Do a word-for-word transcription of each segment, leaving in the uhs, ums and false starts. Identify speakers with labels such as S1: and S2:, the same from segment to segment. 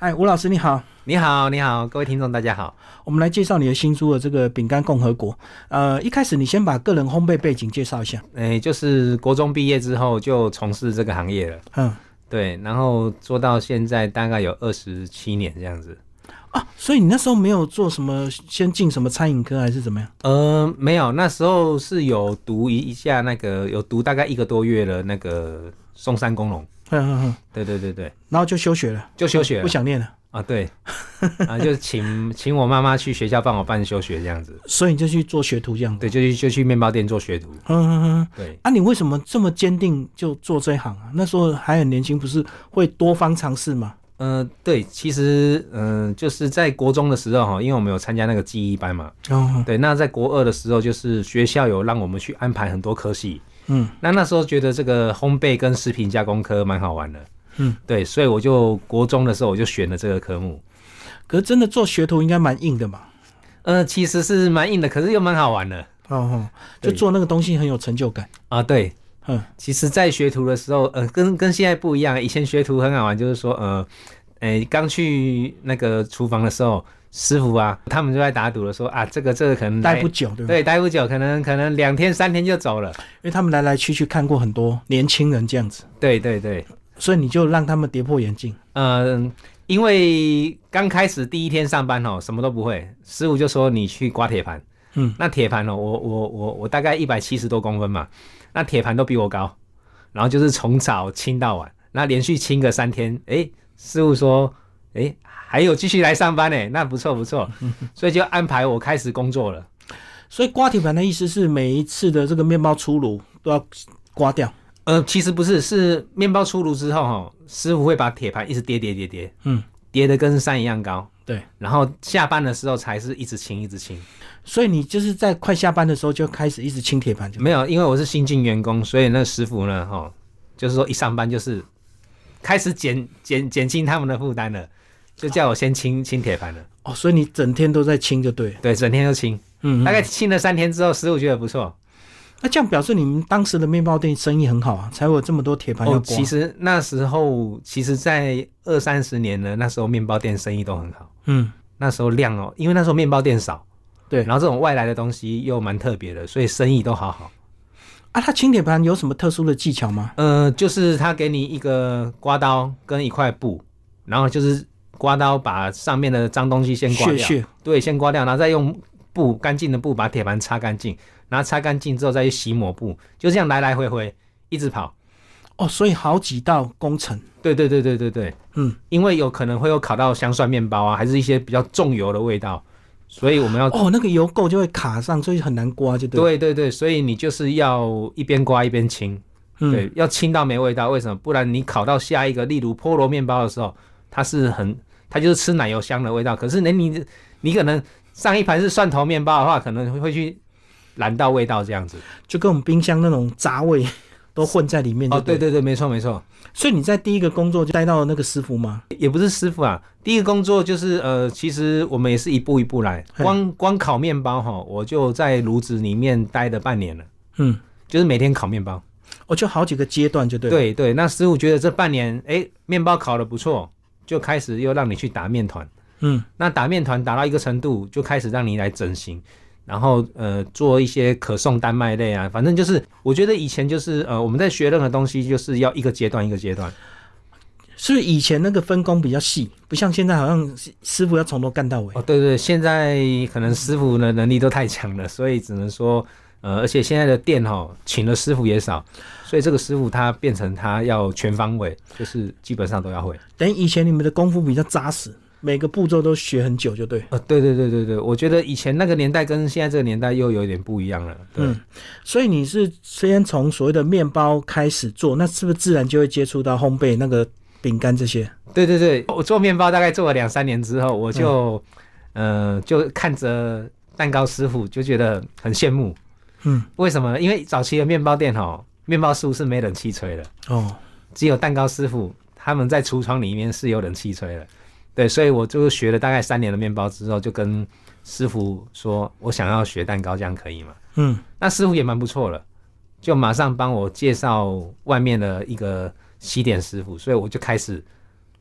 S1: 嗨，吴老师你好。
S2: 你好，你好，各位听众大家好。
S1: 我们来介绍你的新书的这个饼干共和国。呃，一开始你先把个人烘焙背景介绍一下。
S2: 诶，就是国中毕业之后就从事这个行业了。嗯，对，然后做到现在大概有二十七年这样子。
S1: 啊，所以你那时候没有做什么，先进什么餐饮科还是怎么样？
S2: 呃，没有，那时候是有读一下那个，有读大概一个多月的那个松山工农。
S1: 嗯嗯嗯，
S2: 对对对对。
S1: 然后就休学了，
S2: 就休学了，
S1: 不想念了。
S2: 啊，对，啊，就请请我妈妈去学校帮我办休学这样子。
S1: 所以你就去做学徒这样子？
S2: 对，就去就去面包店做学徒。
S1: 嗯嗯嗯，
S2: 对。
S1: 啊，你为什么这么坚定就做这一行啊？那时候还很年轻，不是会多方尝试吗？
S2: 呃，对，其实嗯、呃，就是在国中的时候哈，因为我们有参加那个记忆班嘛。哦。对，那在国二的时候，就是学校有让我们去安排很多科系。嗯。那那时候觉得这个烘焙跟食品加工科蛮好玩的。嗯，对，所以我就国中的时候我就选了这个科目。
S1: 可是真的做学徒应该蛮硬的嘛？
S2: 呃，其实是蛮硬的，可是又蛮好玩的。哦
S1: 哦，就做那个东西很有成就感
S2: 啊。对，嗯，其实，在学徒的时候，呃，跟跟现在不一样。以前学徒很好玩，就是说，呃，诶，刚去那个厨房的时候，师傅啊，他们就在打赌的说啊，这个这个可能
S1: 待不久，对不
S2: 对？对，待不久，可能可能两天三天就走了，
S1: 因为他们来来去去看过很多年轻人这样子。
S2: 对对对。
S1: 所以你就让他们跌破眼镜。
S2: 嗯、呃，因为刚开始第一天上班哦，什么都不会，师傅就说你去刮铁盘。嗯，那铁盘哦，我我我我大概一百七十多公分嘛，那铁盘都比我高，然后就是从早清到晚，那连续清个三天，哎，师傅说，哎，还有继续来上班呢，那不错不错，所以就安排我开始工作了。
S1: 所以刮铁盘的意思是每一次的这个面包出炉都要刮掉。
S2: 呃，其实不是，是面包出炉之后哈，师傅会把铁盘一直叠叠叠叠，嗯，叠得跟山一样高，
S1: 对，
S2: 然后下班的时候才是一直清一直清。
S1: 所以你就是在快下班的时候就开始一直清铁盘？
S2: 没有，因为我是新进员工，所以那师傅呢，哈，就是说一上班就是开始减减减轻他们的负担了，就叫我先清清铁盘了。
S1: 哦，所以你整天都在清就对了？
S2: 对，整天都清，嗯，大概清了三天之后，师傅觉得不错。
S1: 那这样表示你们当时的面包店生意很好啊，才会有这么多铁盘要刮。
S2: 哦，其实那时候，其实在二三十年了，那时候面包店生意都很好。嗯，那时候量哦，因为那时候面包店少，
S1: 对，
S2: 然后这种外来的东西又蛮特别的，所以生意都好好。
S1: 啊，它清铁盘有什么特殊的技巧吗？
S2: 呃，就是他给你一个刮刀跟一块布，然后就是刮刀把上面的脏东西先刮掉，
S1: 屑屑，
S2: 对，先刮掉，然后再用布干净的布把铁盘擦干净。然后擦干净之后再去洗抹布，就这样来来回回一直跑。
S1: 哦，所以好几道工程。
S2: 对对对对对对，嗯，因为有可能会有烤到香蒜面包啊，还是一些比较重油的味道，所以我们要
S1: 哦，那个油垢就会卡上，所以很难刮，就对。
S2: 对对对，所以你就是要一边刮一边清，嗯、对，要清到没味道。为什么？不然你烤到下一个，例如菠萝面包的时候，它是很，它就是吃奶油香的味道。可是你你你可能上一盘是蒜头面包的话，可能会去染到味道这样子，
S1: 就跟我们冰箱那种杂味都混在里面。
S2: 哦，对对对，没错没错。
S1: 所以你在第一个工作就待到那个师傅吗？
S2: 也不是师傅啊，第一个工作就是呃，其实我们也是一步一步来。光光烤面包哈，我就在炉子里面待了半年了。嗯，就是每天烤面包。
S1: 哦，就好几个阶段就对了。
S2: 对对，那师傅觉得这半年，哎，面包烤得不错，就开始又让你去打面团。嗯，那打面团打到一个程度，就开始让你来整形。然后呃做一些可颂丹麦类啊，反正就是我觉得以前就是呃我们在学任何东西就是要一个阶段一个阶段，
S1: 所以以前那个分工比较细，不像现在好像师傅要从头干到尾。
S2: 哦，对对，现在可能师傅的能力都太强了，所以只能说呃而且现在的店哈请的师傅也少，所以这个师傅他变成他要全方位，就是基本上都要会。
S1: 等于以前你们的功夫比较扎实。每个步骤都学很久就对。
S2: 呃，对对对对对，我觉得以前那个年代跟现在这个年代又有点不一样了。对，嗯，
S1: 所以你是先从所谓的面包开始做，那是不是自然就会接触到烘焙那个饼干这些？
S2: 对对对，我做面包大概做了两三年之后，我就、嗯、呃就看着蛋糕师傅就觉得很羡慕。嗯，为什么呢？因为早期的面包店哦，面包师傅是没冷气吹的哦，只有蛋糕师傅他们在橱窗里面是有冷气吹的。对，所以我就学了大概三年的面包之后，就跟师傅说，我想要学蛋糕，这样可以吗？嗯，那师傅也蛮不错了，就马上帮我介绍外面的一个西点师傅，所以我就开始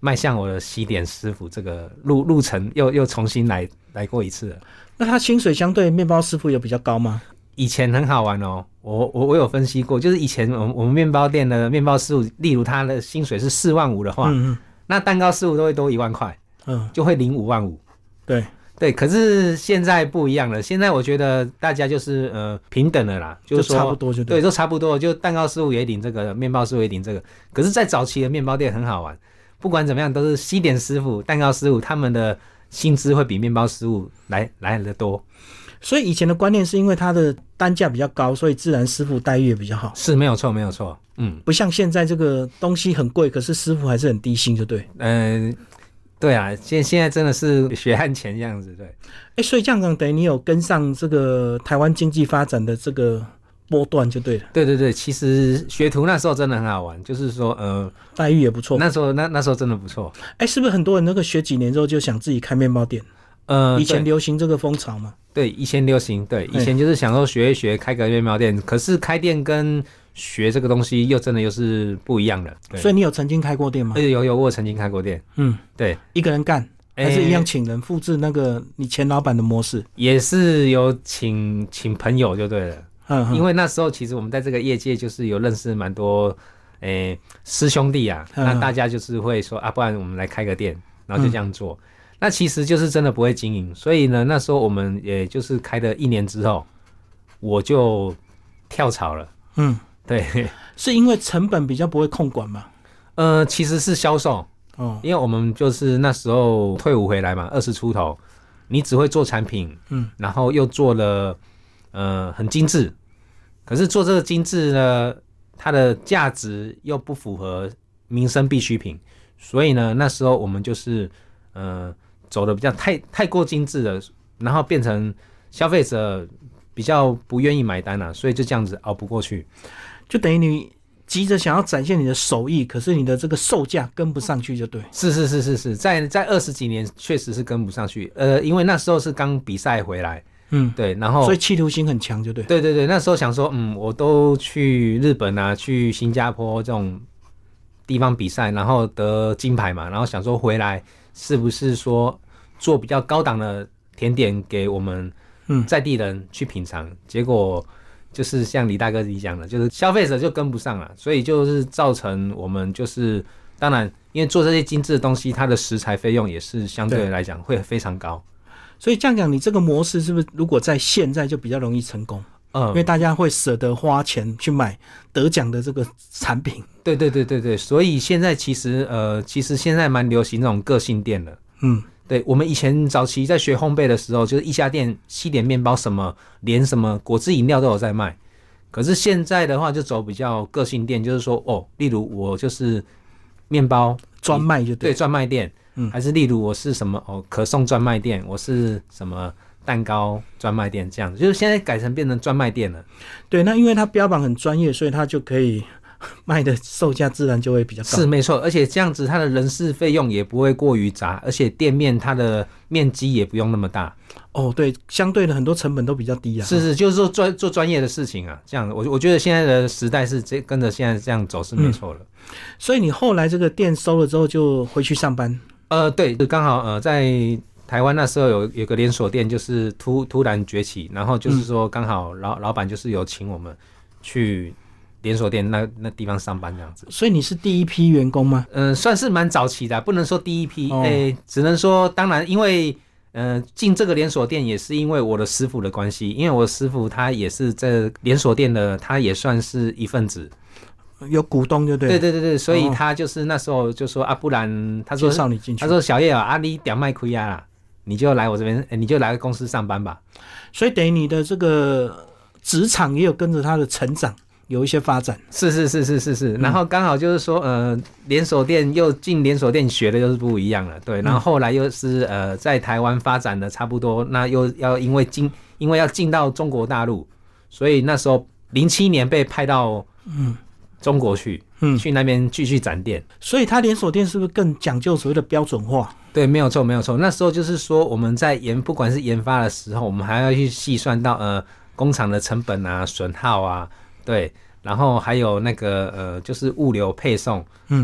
S2: 迈向我的西点师傅这个路路程又又重新来来过一次了。
S1: 那他薪水相对面包师傅有比较高吗？
S2: 以前很好玩哦，我我我有分析过，就是以前我们我们面包店的面包师傅，例如他的薪水是四万五的话，嗯嗯，那蛋糕师傅都会多一万块，嗯，就会领五万五。
S1: 对
S2: 对，可是现在不一样了，现在我觉得大家就是呃平等了啦，就是说
S1: 就差不多就对，
S2: 对，都差不多，就蛋糕师傅也领这个，面包师傅也领这个。可是，在早期的面包店很好玩，不管怎么样，都是西点师傅、蛋糕师傅他们的薪资会比面包师傅来来的多。
S1: 所以以前的观念是因为它的单价比较高，所以自然师傅待遇也比较好。
S2: 是没有错，没有错。嗯，
S1: 不像现在这个东西很贵，可是师傅还是很低薪，就对。
S2: 嗯、呃，对啊，现现在真的是血汗钱这样子，对。
S1: 哎，所以这样等于你有跟上这个台湾经济发展的这个波段就对了。
S2: 对对对，其实学徒那时候真的很好玩，就是说呃
S1: 待遇也不错。
S2: 那时候那那时候真的不错。
S1: 哎，是不是很多人那个学几年之后就想自己开面包店？呃，以前流行这个风潮嘛。
S2: 对，以前流行，对，以前就是想说学一学开个面包店，可是开店跟学这个东西又真的又是不一样的。
S1: 所以你有曾经开过店吗？
S2: 有有有，我有曾经开过店。嗯，对，
S1: 一个人干还是一样请人复制那个你前老板的模式？
S2: 也是有请请朋友就对了。嗯嗯，因为那时候其实我们在这个业界就是有认识蛮多诶师兄弟啊，嗯嗯，那大家就是会说啊，不然我们来开个店，然后就这样做。嗯，那其实就是真的不会经营，所以呢，那时候我们也就是开了一年之后，我就跳槽了。嗯，对，
S1: 是因为成本比较不会控管吗？
S2: 呃，其实是销售哦，因为我们就是那时候退伍回来嘛，二十出头，你只会做产品，嗯，然后又做了呃很精致，可是做这个精致呢，它的价值又不符合民生必需品，所以呢，那时候我们就是呃。走的比较太太过精致了，然后变成消费者比较不愿意买单了，啊，所以就这样子熬不过去，
S1: 就等于你急着想要展现你的手艺，可是你的这个售价跟不上去，就对。
S2: 是是是是是，在在二十几年确实是跟不上去，呃，因为那时候是刚比赛回来，嗯，对，然后
S1: 所以企图心很强，就对。
S2: 对对对，那时候想说，嗯，我都去日本啊，去新加坡这种地方比赛，然后得金牌嘛，然后想说回来是不是说做比较高档的甜点给我们在地人去品尝，嗯，结果就是像李大哥你讲的，就是消费者就跟不上了，所以就是造成我们就是当然因为做这些精致的东西，它的食材费用也是相对来讲会非常高，
S1: 所以这样讲，你这个模式是不是如果在现在就比较容易成功？嗯，因为大家会舍得花钱去买得奖的这个产品。
S2: 对对对对对，所以现在其实呃，其实现在蛮流行那种个性店的。嗯。对，我们以前早期在学烘焙的时候，就是一家店西点面包什么连什么果汁饮料都有在卖，可是现在的话就走比较个性店，就是说哦，例如我就是面包
S1: 专卖就 对,
S2: 对专卖店，嗯，还是例如我是什么哦可颂专卖店，我是什么蛋糕专卖店，这样子就是现在改成变成专卖店了。
S1: 对，那因为它标榜很专业，所以它就可以卖的售价自然就会比较高。
S2: 是没错，而且这样子它的人事费用也不会过于杂，而且店面它的面积也不用那么大。
S1: 哦，对，相对的很多成本都比较低啊。
S2: 是是，就是说专做专业的事情啊，这样我我觉得现在的时代是这跟着现在这样走是没错了，嗯。
S1: 所以你后来这个店收了之后就回去上班？
S2: 呃，对，刚好呃在台湾那时候有有个连锁店就是突突然崛起，然后就是说刚好老老板就是有请我们去连锁店那那地方上班这样子。
S1: 所以你是第一批员工吗？
S2: 嗯、呃，算是蛮早期的，不能说第一批，哎、哦欸，只能说当然因为呃进这个连锁店也是因为我的师傅的关系，因为我的师傅他也是这连锁店的，他也算是一份子。
S1: 有股东就对了，
S2: 对对对对，所以他就是那时候就说、哦、啊，不然他说
S1: 介绍你进去，
S2: 他说小叶啊，啊你点卖亏啊啦，你就来我这边，你就来公司上班吧。
S1: 所以等于你的这个职场也有跟着他的成长有一些发展。
S2: 是是是是是是，然后刚好就是说呃，连锁店又进连锁店学的又是不一样了，对，然后后来又是呃在台湾发展的差不多，那又要因为进因为要进到中国大陆，所以那时候零七年被派到嗯。中国去，嗯，去那边继续展店，
S1: 所以他连锁店是不是更讲究所谓的标准化？
S2: 对，没有错，没有错。那时候就是说，我们在研，不管是研发的时候，我们还要去细算到呃工厂的成本啊、损耗啊，对，然后还有那个呃就是物流配送，嗯，对。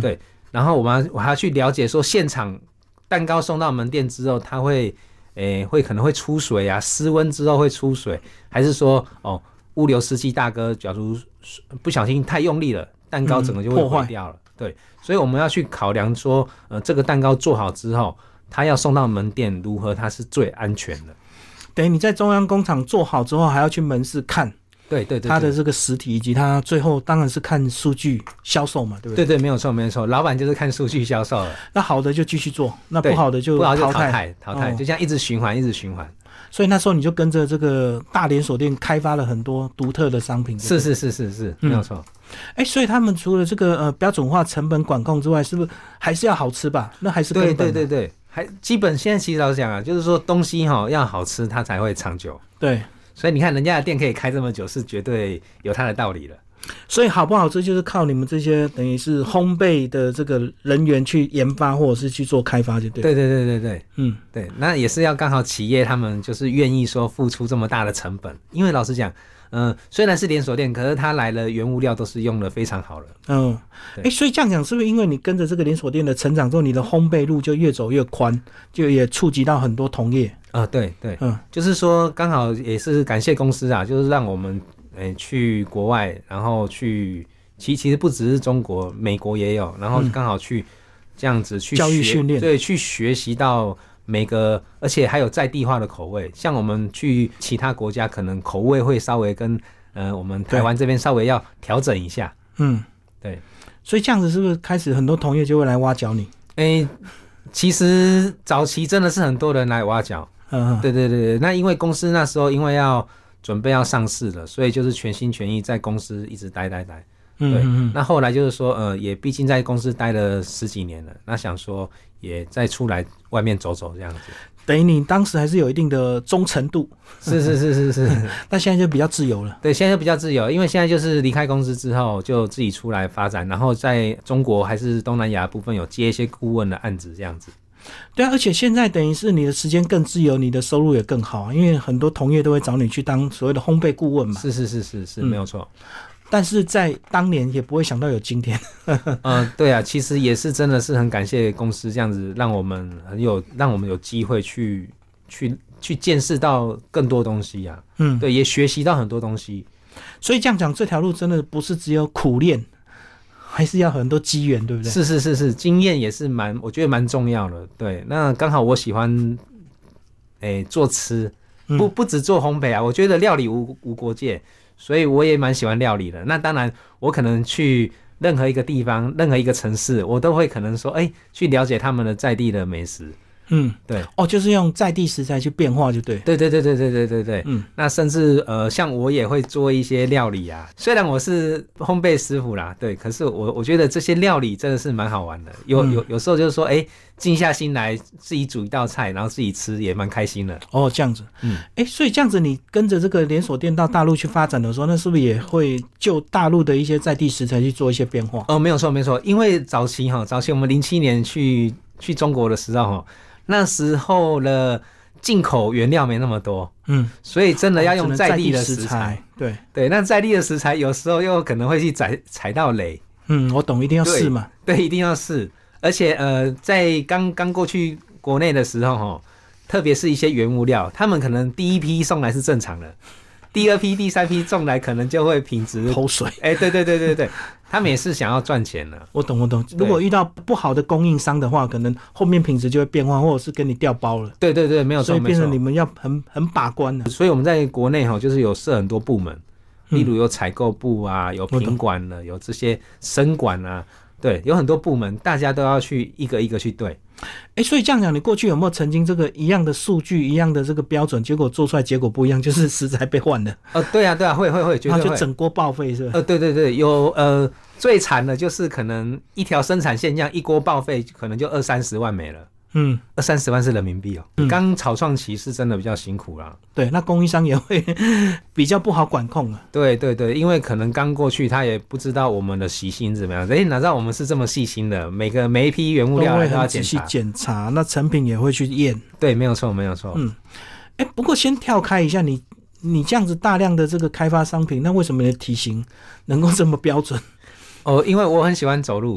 S2: 然后我们我还要去了解说现场蛋糕送到门店之后，它会诶会可能会出水啊，失温之后会出水，还是说哦物流司机大哥假如不小心太用力了，蛋糕整个就会毁掉了。嗯、对，所以我们要去考量说，呃，这个蛋糕做好之后，它要送到门店如何它是最安全的。
S1: 等于你在中央工厂做好之后，还要去门市看。
S2: 对对 对, 对，
S1: 它的这个实体以及它最后当然是看数据销售嘛，对不对？
S2: 对对，没有错没有错，老板就是看数据销售了。
S1: 那好的就继续做，那不好的就
S2: 不好就
S1: 淘
S2: 汰淘汰，淘汰、哦、就这样一直循环一直循环。
S1: 所以那时候你就跟着这个大连锁店开发了很多独特的商品。
S2: 是是是是是，没有错。
S1: 哎、嗯，所以他们除了这个呃标准化、成本管控之外，是不是还是要好吃吧？那还是根本。
S2: 对对对对，还基本现在其实老实讲啊，就是说东西哈要好吃，它才会长久。
S1: 对。
S2: 所以你看人家的店可以开这么久，是绝对有它的道理的。
S1: 所以好不好吃就是靠你们这些等于是烘焙的这个人员去研发或者是去做开发就对。
S2: 对对对对对，
S1: 嗯，
S2: 对，那也是要刚好企业他们就是愿意说付出这么大的成本，因为老实讲，嗯、呃，虽然是连锁店，可是它来了原物料都是用的非常好了。
S1: 嗯，哎、欸，所以这样讲是不是因为你跟着这个连锁店的成长之后，你的烘焙路就越走越宽，就也触及到很多同业？
S2: 啊、呃，对对，嗯，就是说刚好也是感谢公司啊，就是让我们诶、欸、去国外，然后去其其实不只是中国，美国也有，然后刚好去这样子去
S1: 教育训练，
S2: 对，去学习到每个，而且还有在地化的口味。像我们去其他国家，可能口味会稍微跟呃我们台湾这边稍微要调整一下。嗯，对，
S1: 所以这样子是不是开始很多同业就会来挖角你？
S2: 诶、欸，其实早期真的是很多人来挖角。嗯，对对对对，那因为公司那时候因为要准备要上市了，所以就是全心全意在公司一直待待待。对，嗯嗯，那后来就是说，呃，也毕竟在公司待了十几年了，那想说也再出来外面走走这样子。
S1: 等于你当时还是有一定的忠诚度。
S2: 是是是是是，
S1: 但现在就比较自由了。
S2: 对，现在就比较自由，因为现在就是离开公司之后就自己出来发展，然后在中国还是东南亚部分有接一些顾问的案子这样子。
S1: 对啊，而且现在等于是你的时间更自由，你的收入也更好，因为很多同业都会找你去当所谓的烘焙顾问嘛。
S2: 是是是是是，嗯，没有错。
S1: 但是在当年也不会想到有今天。
S2: 呃，对啊，其实也是真的是很感谢公司这样子，让我们很有让我们有机会去去去见识到更多东西啊。嗯，对，也学习到很多东西。
S1: 所以这样讲，这条路真的不是只有苦练。还是要很多机缘，对不对？
S2: 是是是是，经验也是蛮，我觉得蛮重要的。对，那刚好我喜欢，诶、欸，做吃，不不只做烘焙啊，我觉得料理无无国界，所以我也蛮喜欢料理的。那当然，我可能去任何一个地方、任何一个城市，我都会可能说，哎、欸，去了解他们的在地的美食。嗯，对，
S1: 哦，就是用在地食材去变化，就对，
S2: 对对对对对对对对，嗯，那甚至呃，像我也会做一些料理啊，虽然我是烘焙师傅啦，对，可是我我觉得这些料理真的是蛮好玩的，有有有时候就是说，哎、欸，静下心来自己煮一道菜，然后自己吃也蛮开心的。
S1: 哦，这样子，嗯，哎、欸，所以这样子，你跟着这个连锁店到大陆去发展的时候，那是不是也会就大陆的一些在地食材去做一些变化？
S2: 哦，没有错没错，因为早期哈，早期我们零七年去去中国的时候哈。那时候的进口原料没那么多，嗯，所以真的要用在地的食材，哦、食材对对，那在地的食材有时候又可能会去踩踩到雷，
S1: 嗯，我懂，一定要试嘛，
S2: 对，对，一定要试，而且呃，在刚刚过去国内的时候哈，特别是一些原物料，他们可能第一批送来是正常的，第二批、第三批送来可能就会品质
S1: 偷水，
S2: 哎、欸，对对对对对。他们也是想要赚钱的，
S1: 我懂我懂。如果遇到不好的供应商的话，可能后面品质就会变化，或者是跟你调包了。
S2: 对对对，没有错，
S1: 所以变成你们要很很把关的。
S2: 所以我们在国内哈，就是有设很多部门，例如有采购部啊，有品管了，有这些生管啊，对，有很多部门，大家都要去一个一个去对。
S1: 哎，所以这样讲，你过去有没有曾经这个一样的数据、一样的这个标准，结果做出来结果不一样，就是食材被换了？
S2: 呃，对啊，对啊，会会会，绝对会，
S1: 然后就整锅报废，是吧？
S2: 呃，对对对，有呃，最惨的就是可能一条生产线这样一锅报废，可能就二三十万没了。嗯，二三十万是人民币哦。刚、嗯、草创期是真的比较辛苦啦。
S1: 对，那供应商也会比较不好管控啊。
S2: 对对对，因为可能刚过去，他也不知道我们的习性怎么样。哎，哪知道我们是这么细心的，每个每一批原物料都要检查，
S1: 仔细检查，那成品也会去验。
S2: 对，没有错，没有错。
S1: 嗯，哎，不过先跳开一下，你你这样子大量的这个开发商品，那为什么你的体型能够这么标准？
S2: 哦，因为我很喜欢走路。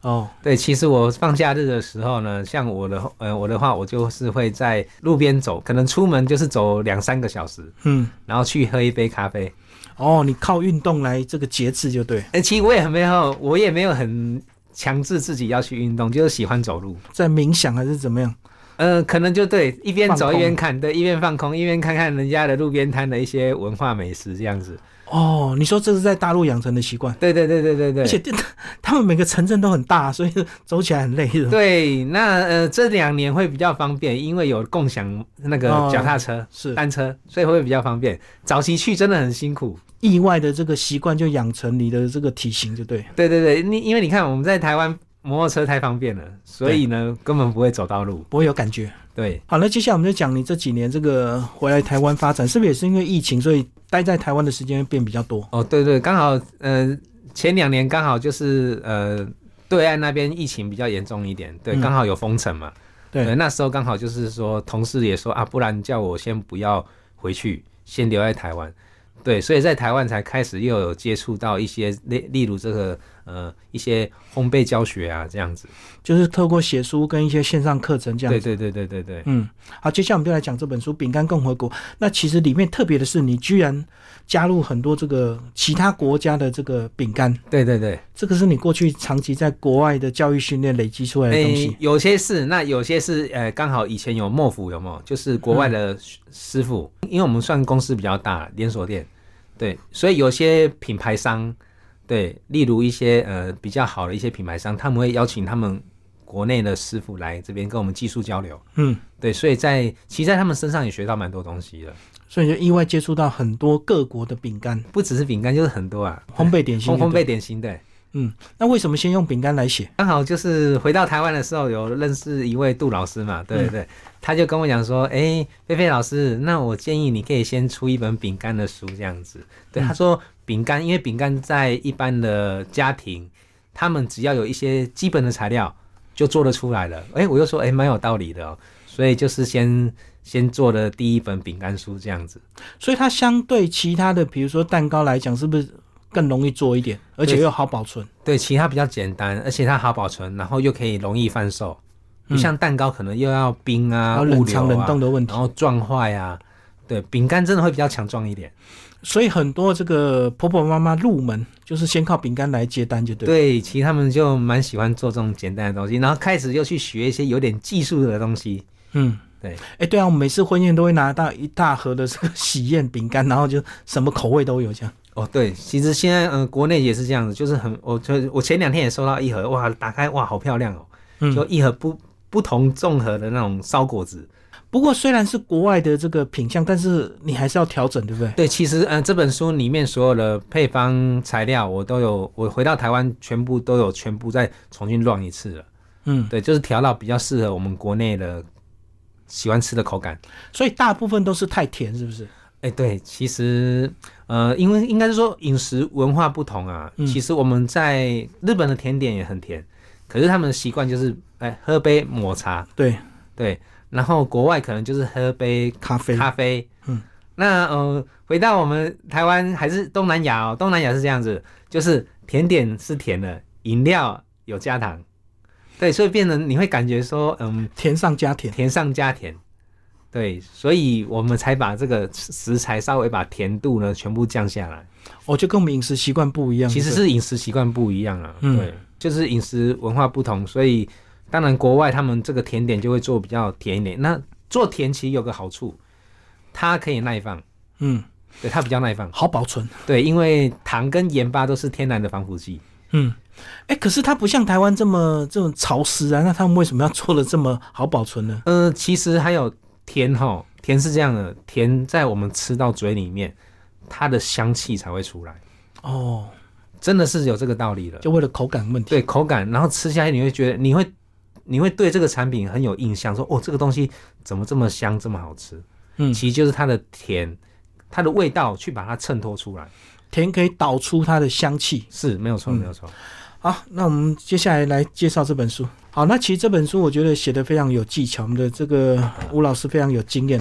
S2: 哦，对，其实我放假日的时候呢，像我的呃我的话，我就是会在路边走，可能出门就是走两三个小时，嗯，然后去喝一杯咖啡。
S1: 哦，你靠运动来这个节制就对。
S2: 哎，其实我也很没有，我也没有很强制自己要去运动，就是喜欢走路，
S1: 在冥想还是怎么样？
S2: 呃，可能就对，一边走一边看，对，一边放空，一边看看人家的路边摊的一些文化美食这样子。
S1: 哦，你说这是在大陆养成的习惯？
S2: 对对对对对对，
S1: 而且他们每个城镇都很大，所以走起来很累的。
S2: 对，那呃这两年会比较方便，因为有共享那个脚踏车、哦、是单车，所以会比较方便。早期去真的很辛苦，
S1: 意外的这个习惯就养成你的这个体型，就对。
S2: 对对对，你因为你看我们在台湾摩托车太方便了，所以呢根本不会走到路，
S1: 不会有感觉。
S2: 对，
S1: 好，那接下来我们就讲你这几年这个回来台湾发展，是不是也是因为疫情，所以待在台湾的时间变比较多？
S2: 哦，对对，刚好呃前两年刚好就是呃对岸那边疫情比较严重一点，对，刚好有封城嘛，对，对，那时候刚好就是说同事也说啊，不然叫我先不要回去，先留在台湾。对，所以在台湾才开始又有接触到一些例例如这个呃一些烘焙教学啊这样子，
S1: 就是透过写书跟一些线上课程这样子。
S2: 对对对对对对。
S1: 嗯，好，接下来我们就来讲这本书《饼干共和国》。那其实里面特别的是，你居然加入很多这个其他国家的这个饼干。
S2: 对对对，
S1: 这个是你过去长期在国外的教育训练累积出来的东西。
S2: 欸、有些是，那有些是呃刚好以前有幕府有没有？就是国外的师傅、嗯，因为我们算公司比较大，连锁店。对，所以有些品牌商，对，例如一些呃比较好的一些品牌商，他们会邀请他们国内的师傅来这边跟我们技术交流。嗯，对，所以在其实在他们身上也学到蛮多东西的，
S1: 所以就意外接触到很多各国的饼干，
S2: 不只是饼干，就是很多啊，
S1: 烘焙点心，
S2: 烘焙点心，对。
S1: 嗯，那为什么先用饼干来写？
S2: 刚好就是回到台湾的时候，有认识一位杜老师嘛，对对对，嗯、他就跟我讲说，哎、欸，菲菲老师，那我建议你可以先出一本饼干的书这样子。对，嗯、他说饼干，因为饼干在一般的家庭，他们只要有一些基本的材料就做得出来了。哎、欸，我又说，哎、欸，蛮有道理的哦，所以就是先先做的第一本饼干书这样子。
S1: 所以它相对其他的，比如说蛋糕来讲，是不是更容易做一点，而且又好保存？
S2: 对，其他比较简单，而且它好保存，然后又可以容易贩售。不、嗯、像蛋糕可能又要冰啊、
S1: 冷藏冷冻的问题，
S2: 然后撞坏啊。对，饼干真的会比较强壮一点。
S1: 所以很多这个婆婆妈妈入门就是先靠饼干来接单就对了。
S2: 对，其实他们就蛮喜欢做这种简单的东西，然后开始又去学一些有点技术的东西。嗯，对。哎、
S1: 欸，对啊，我们每次婚宴都会拿到一大盒的这个喜宴饼干，然后就什么口味都有这样。
S2: 哦，对，其实现在呃国内也是这样子，就是很，我就我前两天也收到一盒，哇，打开哇好漂亮哦，嗯、就一盒不不同综合的那种烧果子。
S1: 不过虽然是国外的这个品相，但是你还是要调整，对不对？
S2: 对，其实呃这本书里面所有的配方材料我都有，我回到台湾全部都有全部再重新乱一次了。嗯，对，就是调到比较适合我们国内的喜欢吃的口感。
S1: 所以大部分都是太甜，是不是？
S2: 哎、欸，对，其实呃，因为应该是说饮食文化不同啊、嗯。其实我们在日本的甜点也很甜，可是他们的习惯就是哎、欸、喝杯抹茶，
S1: 对
S2: 对，然后国外可能就是喝杯
S1: 咖啡
S2: 咖啡。嗯，那呃回到我们台湾还是东南亚哦，东南亚是这样子，就是甜点是甜的，饮料有加糖，对，所以变成你会感觉说嗯
S1: 甜上加甜，
S2: 甜上加甜。对，所以我们才把这个食材稍微把甜度呢全部降下来。
S1: 哦，就跟我们饮食习惯不一样。
S2: 其实是饮食习惯不一样啊、嗯，对，就是饮食文化不同，所以当然国外他们这个甜点就会做比较甜一点。那做甜其实有个好处，它可以耐放，嗯，对，它比较耐放，
S1: 好保存。
S2: 对，因为糖跟盐巴都是天然的防腐剂。
S1: 嗯，哎、欸，可是它不像台湾这么这种潮湿啊，那他们为什么要做的这么好保存呢？
S2: 呃，其实还有。甜齁，甜是这样的，甜在我们吃到嘴里面，它的香气才会出来。哦，真的是有这个道理的，
S1: 就为了口感问题。
S2: 对，口感，然后吃下去你会觉得，你会，你会对这个产品很有印象，说哦，这个东西怎么这么香，这么好吃？嗯，其实就是它的甜，它的味道去把它衬托出来，
S1: 甜可以导出它的香气，
S2: 是没有错，没有错。
S1: 好，那我们接下来来介绍这本书。好，那其实这本书我觉得写得非常有技巧，我们的这个吴老师非常有经验哈。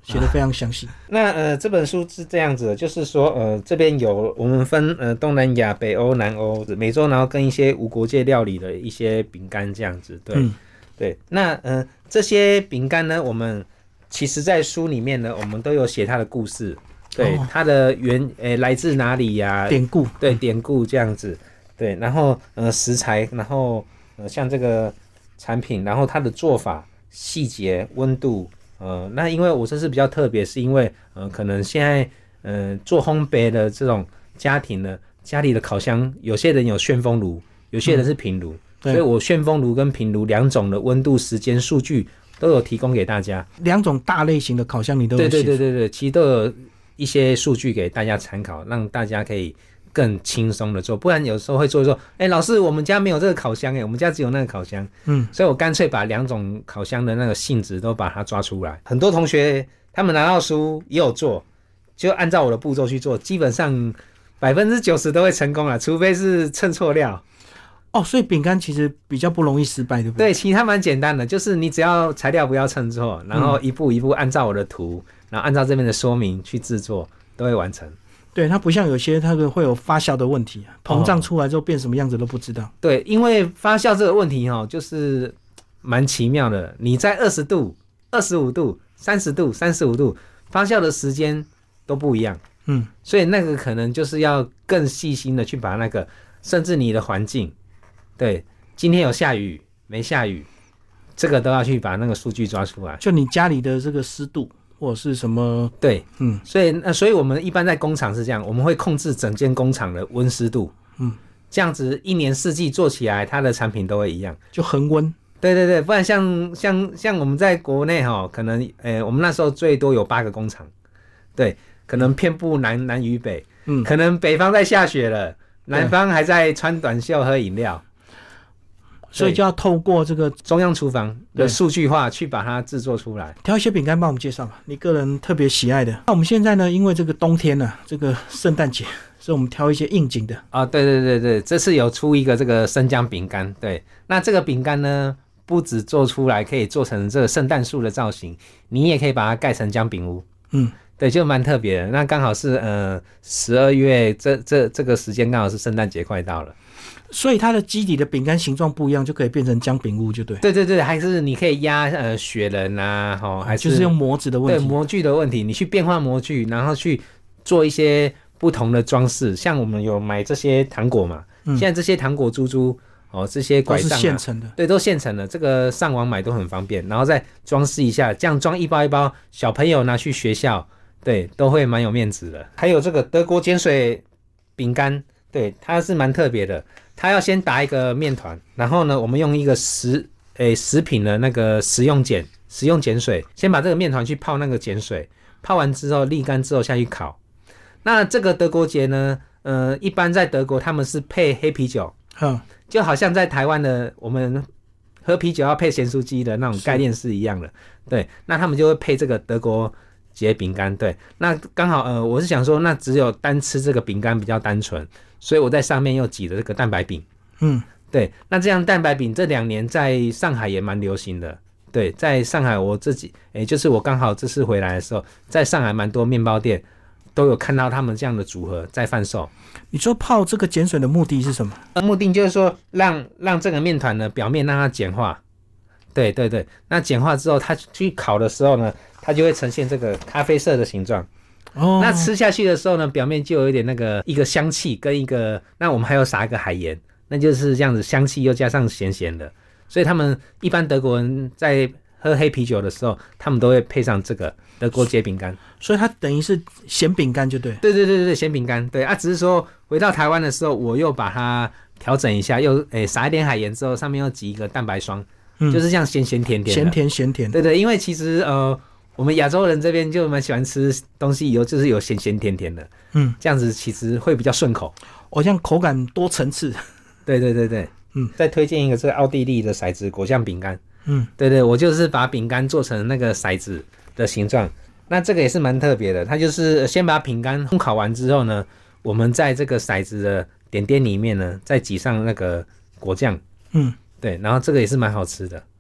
S1: 写得非常详细。
S2: 那呃，这本书是这样子的，就是说呃，这边有我们分呃东南亚、北欧、南欧、美洲，然后跟一些无国界料理的一些饼干这样子。对、嗯、对。那呃，这些饼干呢，我们其实在书里面呢，我们都有写它的故事，对、哦、它的原呃来自哪里呀、啊？
S1: 典故，
S2: 对典故这样子。对，然后呃食材，然后呃像这个产品，然后它的做法、细节、温度。呃，那因为我这是比较特别，是因为呃，可能现在呃做烘焙的这种家庭呢，家里的烤箱，有些人有旋风炉，有些人是平炉、嗯，所以我旋风炉跟平炉两种的温度、时间、数据都有提供给大家。
S1: 两种大类型的烤箱你都有写？
S2: 对对对对对，其实都有一些数据给大家参考，让大家可以更轻松的做，不然有时候会做说，哎、欸，老师，我们家没有这个烤箱，哎，我们家只有那个烤箱，嗯，所以我干脆把两种烤箱的那个性质都把它抓出来。很多同学他们拿到书也有做，就按照我的步骤去做，基本上百分之九十都会成功了，除非是称错料。
S1: 哦，所以饼干其实比较不容易失败，对不对？
S2: 对，其实它蛮简单的，就是你只要材料不要称错，然后一步一步按照我的图，然后按照这边的说明去制作，都会完成。
S1: 对，它不像有些它会有发酵的问题，膨胀出来之后变什么样子都不知道。
S2: 对，因为发酵这个问题齁，就是蛮奇妙的。你在二十度、二十五度、三十度、三十五度发酵的时间都不一样。嗯，所以那个可能就是要更细心的去把那个，甚至你的环境，对，今天有下雨没下雨，这个都要去把那个数据抓出来。
S1: 就你家里的这个湿度。或者是什么？
S2: 对，嗯，所以那所以我们一般在工厂是这样，我们会控制整间工厂的温湿度，嗯，这样子一年四季做起来，它的产品都会一样，
S1: 就恒温。
S2: 对对对，不然像像像我们在国内哈，可能呃，我们那时候最多有八个工厂，对，可能遍布南南与北，嗯，可能北方在下雪了，南方还在穿短袖喝饮料。
S1: 所以就要透过这个
S2: 中央厨房的数据化去把它制作出来。
S1: 挑一些饼干帮我们介绍吧，你个人特别喜爱的。那我们现在呢，因为这个冬天呢、啊，这个圣诞节，所以我们挑一些应景的
S2: 啊。对对对对，这次有出一个这个生姜饼干。对，那这个饼干呢，不只做出来可以做成这个圣诞树的造型，你也可以把它盖成姜饼屋。嗯，对，就蛮特别的。那刚好是呃十二月这这这个时间刚好是圣诞节快到了。
S1: 所以它的基底的饼干形状不一样，就可以变成姜饼屋，就对。
S2: 对对对，还是你可以压呃雪人啊，吼，还是
S1: 就是用模子的问题，
S2: 对模具的问题，你去变换模具，然后去做一些不同的装饰。像我们有买这些糖果嘛，嗯、现在这些糖果珠珠哦，这些拐杖、啊、
S1: 都是现成的，
S2: 对，都现成的，这个上网买都很方便，然后再装饰一下，这样装一包一包，小朋友拿去学校，对，都会蛮有面子的。还有这个德国碱水饼干，对，它是蛮特别的。它要先打一个面团，然后呢，我们用一个食诶食品的那个食用碱食用碱水，先把这个面团去泡那个碱水，泡完之后沥干之后下去烤。那这个德国结呢，呃，一般在德国他们是配黑啤酒，嗯，就好像在台湾的我们喝啤酒要配咸酥鸡的那种概念是一样的，对。那他们就会配这个德国结饼干，对。那刚好呃，我是想说，那只有单吃这个饼干比较单纯。所以我在上面又挤了这个蛋白饼，嗯，对，那这样蛋白饼这两年在上海也蛮流行的，对，在上海我自己，诶，就是我刚好这次回来的时候，在上海蛮多面包店都有看到他们这样的组合在贩售。
S1: 你说泡这个碱水的目的是什么？
S2: 呃，目的就是说让让这个面团呢表面让它碱化，对对对，那碱化之后它去烤的时候呢，它就会呈现这个咖啡色的形状。哦，那吃下去的时候呢，表面就有一点那个一个香气跟一个，那我们还有撒一个海盐，那就是这样子，香气又加上咸咸的，所以他们一般德国人在喝黑啤酒的时候，他们都会配上这个德国结饼干，
S1: 所以它等于是咸饼干就对。
S2: 对对对对对，咸饼干，对啊，只是说回到台湾的时候，我又把它调整一下，又诶撒一点海盐之后，上面又挤一个蛋白霜，嗯、就是这样咸咸甜甜的，
S1: 咸甜咸甜，
S2: 对对，因为其实呃。我们亚洲人这边就蛮喜欢吃东西以后就是有咸咸甜甜的，嗯，这样子其实会比较顺口，
S1: 哦，这样口感多层次。
S2: 对对对对，嗯，再推荐一个这个奥地利的骰子果酱饼干，嗯，对对，我就是把饼干做成那个骰子的形状，那这个也是蛮特别的，它就是先把饼干烘烤完之后呢，我们在这个骰子的点点里面呢，再挤上那个果酱，嗯，对，然后这个也是蛮好吃的。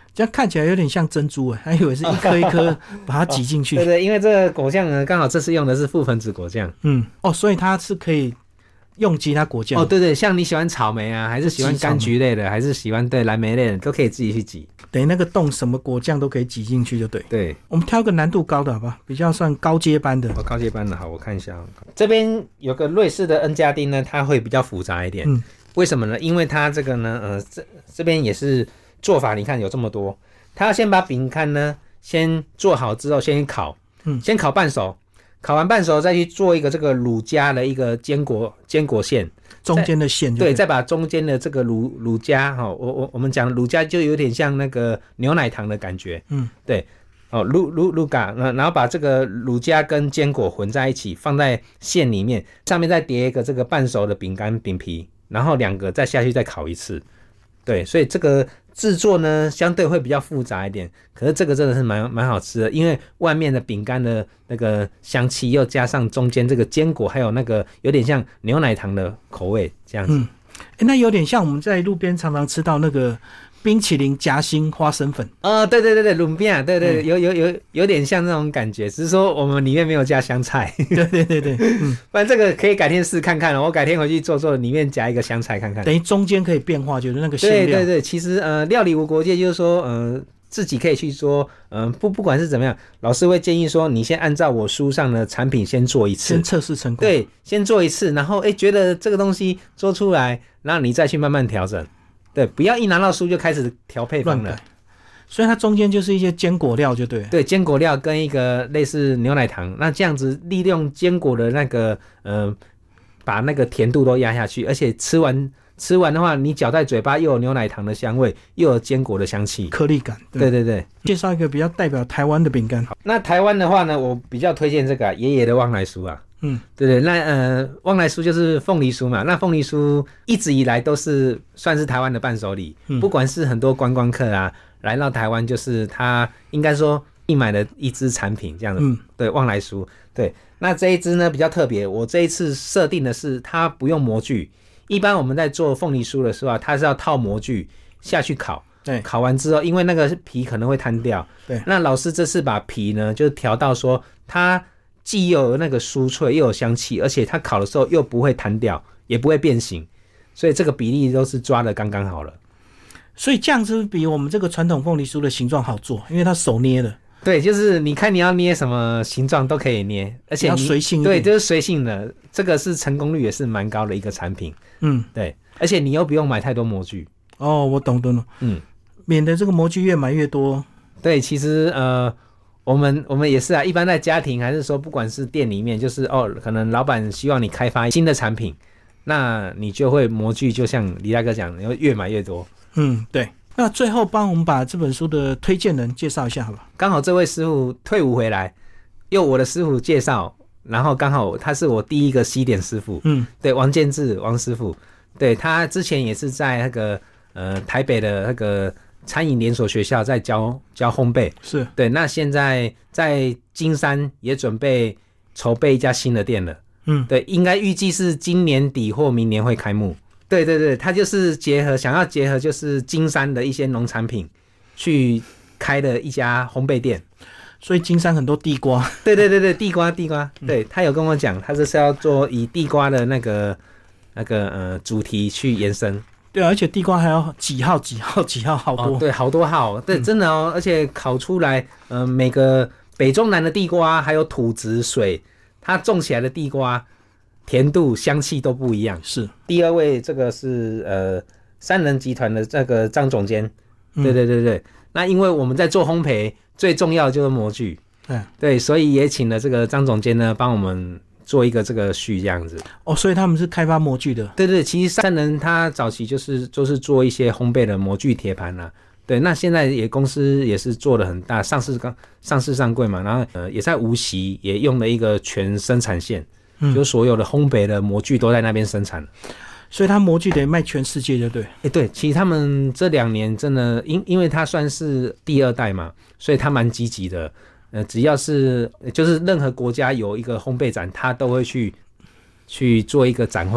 S1: 这样看起来有点像珍珠哎，还以为是一颗一颗把它挤进去。
S2: 对对，因为这个果酱呢，刚好这次用的是覆盆子果酱。
S1: 嗯，哦，所以它是可以用其他果酱。
S2: 哦，对对，像你喜欢草莓啊，还是喜欢柑橘类的，还是喜欢对蓝莓类的，都可以自己去挤。
S1: 等于那个洞什么果酱都可以挤进去就对。
S2: 对，
S1: 我们挑个难度高的好不好？比较算高阶班的。
S2: 哦，高阶班的好，我看一下。这边有个瑞士的恩加丁呢，它会比较复杂一点。嗯，为什么呢？因为它这个呢，呃，这这边也是做法，你看有这么多。它要先把饼干呢先做好之后，先烤，嗯，先烤半熟，烤完半熟再去做一个这个乳加的一个坚果坚果馅。
S1: 中间的馅
S2: 对，再把中间的这个乳乳加哈，我我我们讲乳加就有点像那个牛奶糖的感觉，嗯，对，哦，乳乳乳嘎，然后把这个乳加跟坚果混在一起，放在馅里面，上面再叠一个这个半熟的饼干饼皮，然后两个再下去再烤一次，对，所以这个制作呢相对会比较复杂一点，可是这个真的是蛮蛮好吃的，因为外面的饼干的那个香气，又加上中间这个坚果，还有那个有点像牛奶糖的口味这样子。嗯，
S1: 欸、那有点像我们在路边常常吃到那个冰淇淋夹心花生粉。
S2: 哦，对对对对，lum冰，对对，嗯、有有有有点像那种感觉，只是说我们里面没有加香菜。
S1: 对对对对，嗯，
S2: 不然这个可以改天试看看，我改天回去做做，里面夹一个香菜看看。
S1: 等于中间可以变化，就是那个馅料。
S2: 对对对，其实呃，料理无国界，就是说呃。自己可以去说，嗯、呃，不不管是怎么样，老师会建议说，你先按照我书上的产品先做一次，
S1: 先测试成功。
S2: 对，先做一次，然后哎觉得这个东西做出来，然后你再去慢慢调整。对，不要一拿到书就开始调配方了。
S1: 所以它中间就是一些坚果料，就对了。
S2: 对，坚果料跟一个类似牛奶糖，那这样子利用坚果的那个呃，把那个甜度都压下去，而且吃完。吃完的话，你嚼在嘴巴又有牛奶糖的香味，又有坚果的香气，
S1: 颗粒感。
S2: 对对对，
S1: 介绍一个比较代表台湾的饼干。
S2: 那台湾的话呢，我比较推荐这个、啊、爷爷的旺来酥啊。嗯，对对，那呃，旺来酥就是凤梨酥嘛。那凤梨酥一直以来都是算是台湾的伴手礼、嗯，不管是很多观光客啊来到台湾，就是他应该说必买的一支产品这样子。嗯，对，旺来酥。对，那这一支呢比较特别，我这一次设定的是它不用模具。一般我们在做凤梨酥的时候啊，它是要套模具下去烤，对，烤完之后，因为那个皮可能会摊掉，对。那老师这次把皮呢，就调到说，它既有那个酥脆，又有香气，而且它烤的时候又不会摊掉，也不会变形，所以这个比例都是抓的刚刚好了。
S1: 所以这样子比我们这个传统凤梨酥的形状好做，因为它手捏的。
S2: 对，就是你看你要捏什么形状都可以捏，而且你
S1: 要随性一点。
S2: 对，就是随性的，这个是成功率也是蛮高的一个产品。嗯，对，而且你又不用买太多模具。
S1: 哦，我懂懂了。嗯，免得这个模具越买越多。
S2: 对，其实呃，我们我们也是啊，一般在家庭还是说，不管是店里面，就是哦，可能老板希望你开发新的产品，那你就会模具就像李大哥讲，你会越买越多。
S1: 嗯，对。那最后帮我们把这本书的推荐人介绍一下好吧？
S2: 刚好这位师傅退伍回来，由我的师傅介绍，然后刚好他是我第一个西点师傅，嗯，对，王建志王师傅，对，他之前也是在那个呃台北的那个餐饮连锁学校在教教烘焙，
S1: 是
S2: 对，那现在在金山也准备筹备一家新的店了，嗯，对，应该预计是今年底或明年会开幕。对对对，他就是结合想要结合就是金山的一些农产品去开的一家烘焙店，
S1: 所以金山很多地瓜。
S2: 对对对对，地瓜地瓜，对，他有跟我讲，他这是要做以地瓜的那个那个呃主题去延伸。
S1: 对啊，而且地瓜还要几号几号几号好多，哦、
S2: 对，好多号，对，嗯、真的哦，而且烤出来，呃，每个北中南的地瓜还有土质水，它种起来的地瓜。甜度、香气都不一样。是第二位，这个是呃三人集团的这个张总监。嗯、对对对对，那因为我们在做烘焙，最重要的就是模具。对对，所以也请了这个张总监呢，帮我们做一个这个序这样子。
S1: 哦，所以他们是开发模具的。
S2: 对对，其实三人他早期就是就是做一些烘焙的模具铁盘啊。对，那现在也公司也是做的很大，上市刚上市上柜嘛，然后呃也在无锡也用了一个全生产线。嗯、就所有的烘焙的模具都在那边生产，
S1: 所以它模具得卖全世界，就对。
S2: 哎、欸，对，其实他们这两年真的，因因为他算是第二代嘛，所以他蛮积极的。呃，只要是就是任何国家有一个烘焙展，他都会去去做一个展会。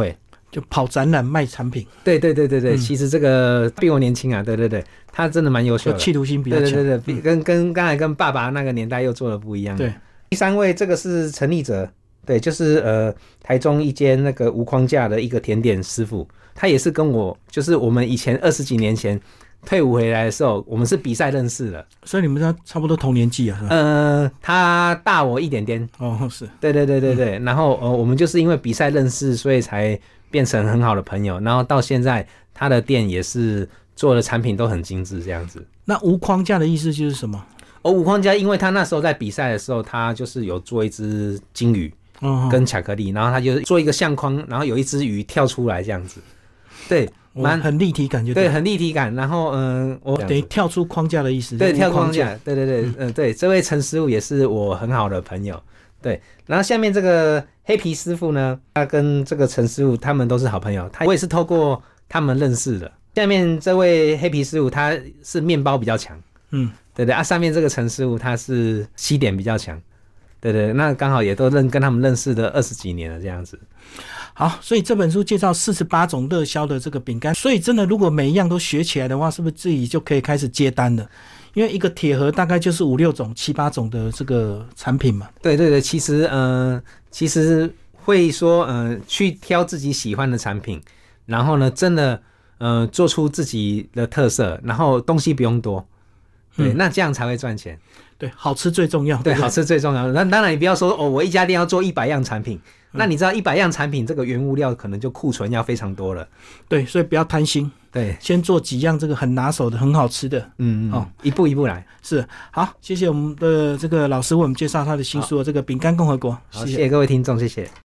S1: 就跑展览卖产品。
S2: 对对对对对，嗯、其实这个比我年轻啊，对对对，他真的蛮优秀的，
S1: 企图心比较强。
S2: 对对对对，跟跟刚才跟爸爸那个年代又做的不一样。
S1: 对，
S2: 第三位这个是陈立哲，对，就是呃台中一间那个无框架的一个甜点师傅，他也是跟我，就是我们以前二十几年前退伍回来的时候，我们是比赛认识的，
S1: 所以你们差不多同年纪啊？是吧？
S2: 呃，他大我一点点。
S1: 哦，是，
S2: 对对对对对。嗯、然后呃，我们就是因为比赛认识，所以才变成很好的朋友。然后到现在，他的店也是做的产品都很精致，这样子。
S1: 那无框架的意思就是什么？
S2: 哦，无框架，因为他那时候在比赛的时候，他就是有做一只金鱼跟巧克力，哦、然后他就做一个相框，然后有一只鱼跳出来这样子。对。
S1: 蛮很立体感就
S2: 对，很立体感。然后嗯，我
S1: 等于跳出框架的意思。
S2: 对，跳框架。对对对，嗯、呃，对，这位陈师傅也是我很好的朋友。对，然后下面这个黑皮师傅呢，他跟这个陈师傅他们都是好朋友，他我也是透过他们认识的。下面这位黑皮师傅他是面包比较强，嗯，对对啊，上面这个陈师傅他是西点比较强，对对，那刚好也都认跟他们认识的二十几年了这样子。
S1: 好，所以这本书介绍四十八种热销的这个饼干，所以真的如果每一样都学起来的话，是不是自己就可以开始接单了？因为一个铁盒大概就是五六种、七八种的这个产品嘛。
S2: 对对对，其实呃，其实会说呃，去挑自己喜欢的产品，然后呢，真的呃，做出自己的特色，然后东西不用多，对，嗯、那这样才会赚钱。
S1: 对，好吃最重要。
S2: 对，对好吃最重要。那当然，你不要说哦，我一家店要做一百样产品。那你知道一百样产品，这个原物料可能就库存要非常多了。
S1: 对，所以不要贪心。
S2: 对，
S1: 先做几样这个很拿手的、很好吃的。
S2: 嗯嗯。哦，一步一步来。
S1: 是，好，谢谢我们的这个老师为我们介绍他的新书《这个饼干共和国》。
S2: 好，谢谢各位听众，谢谢。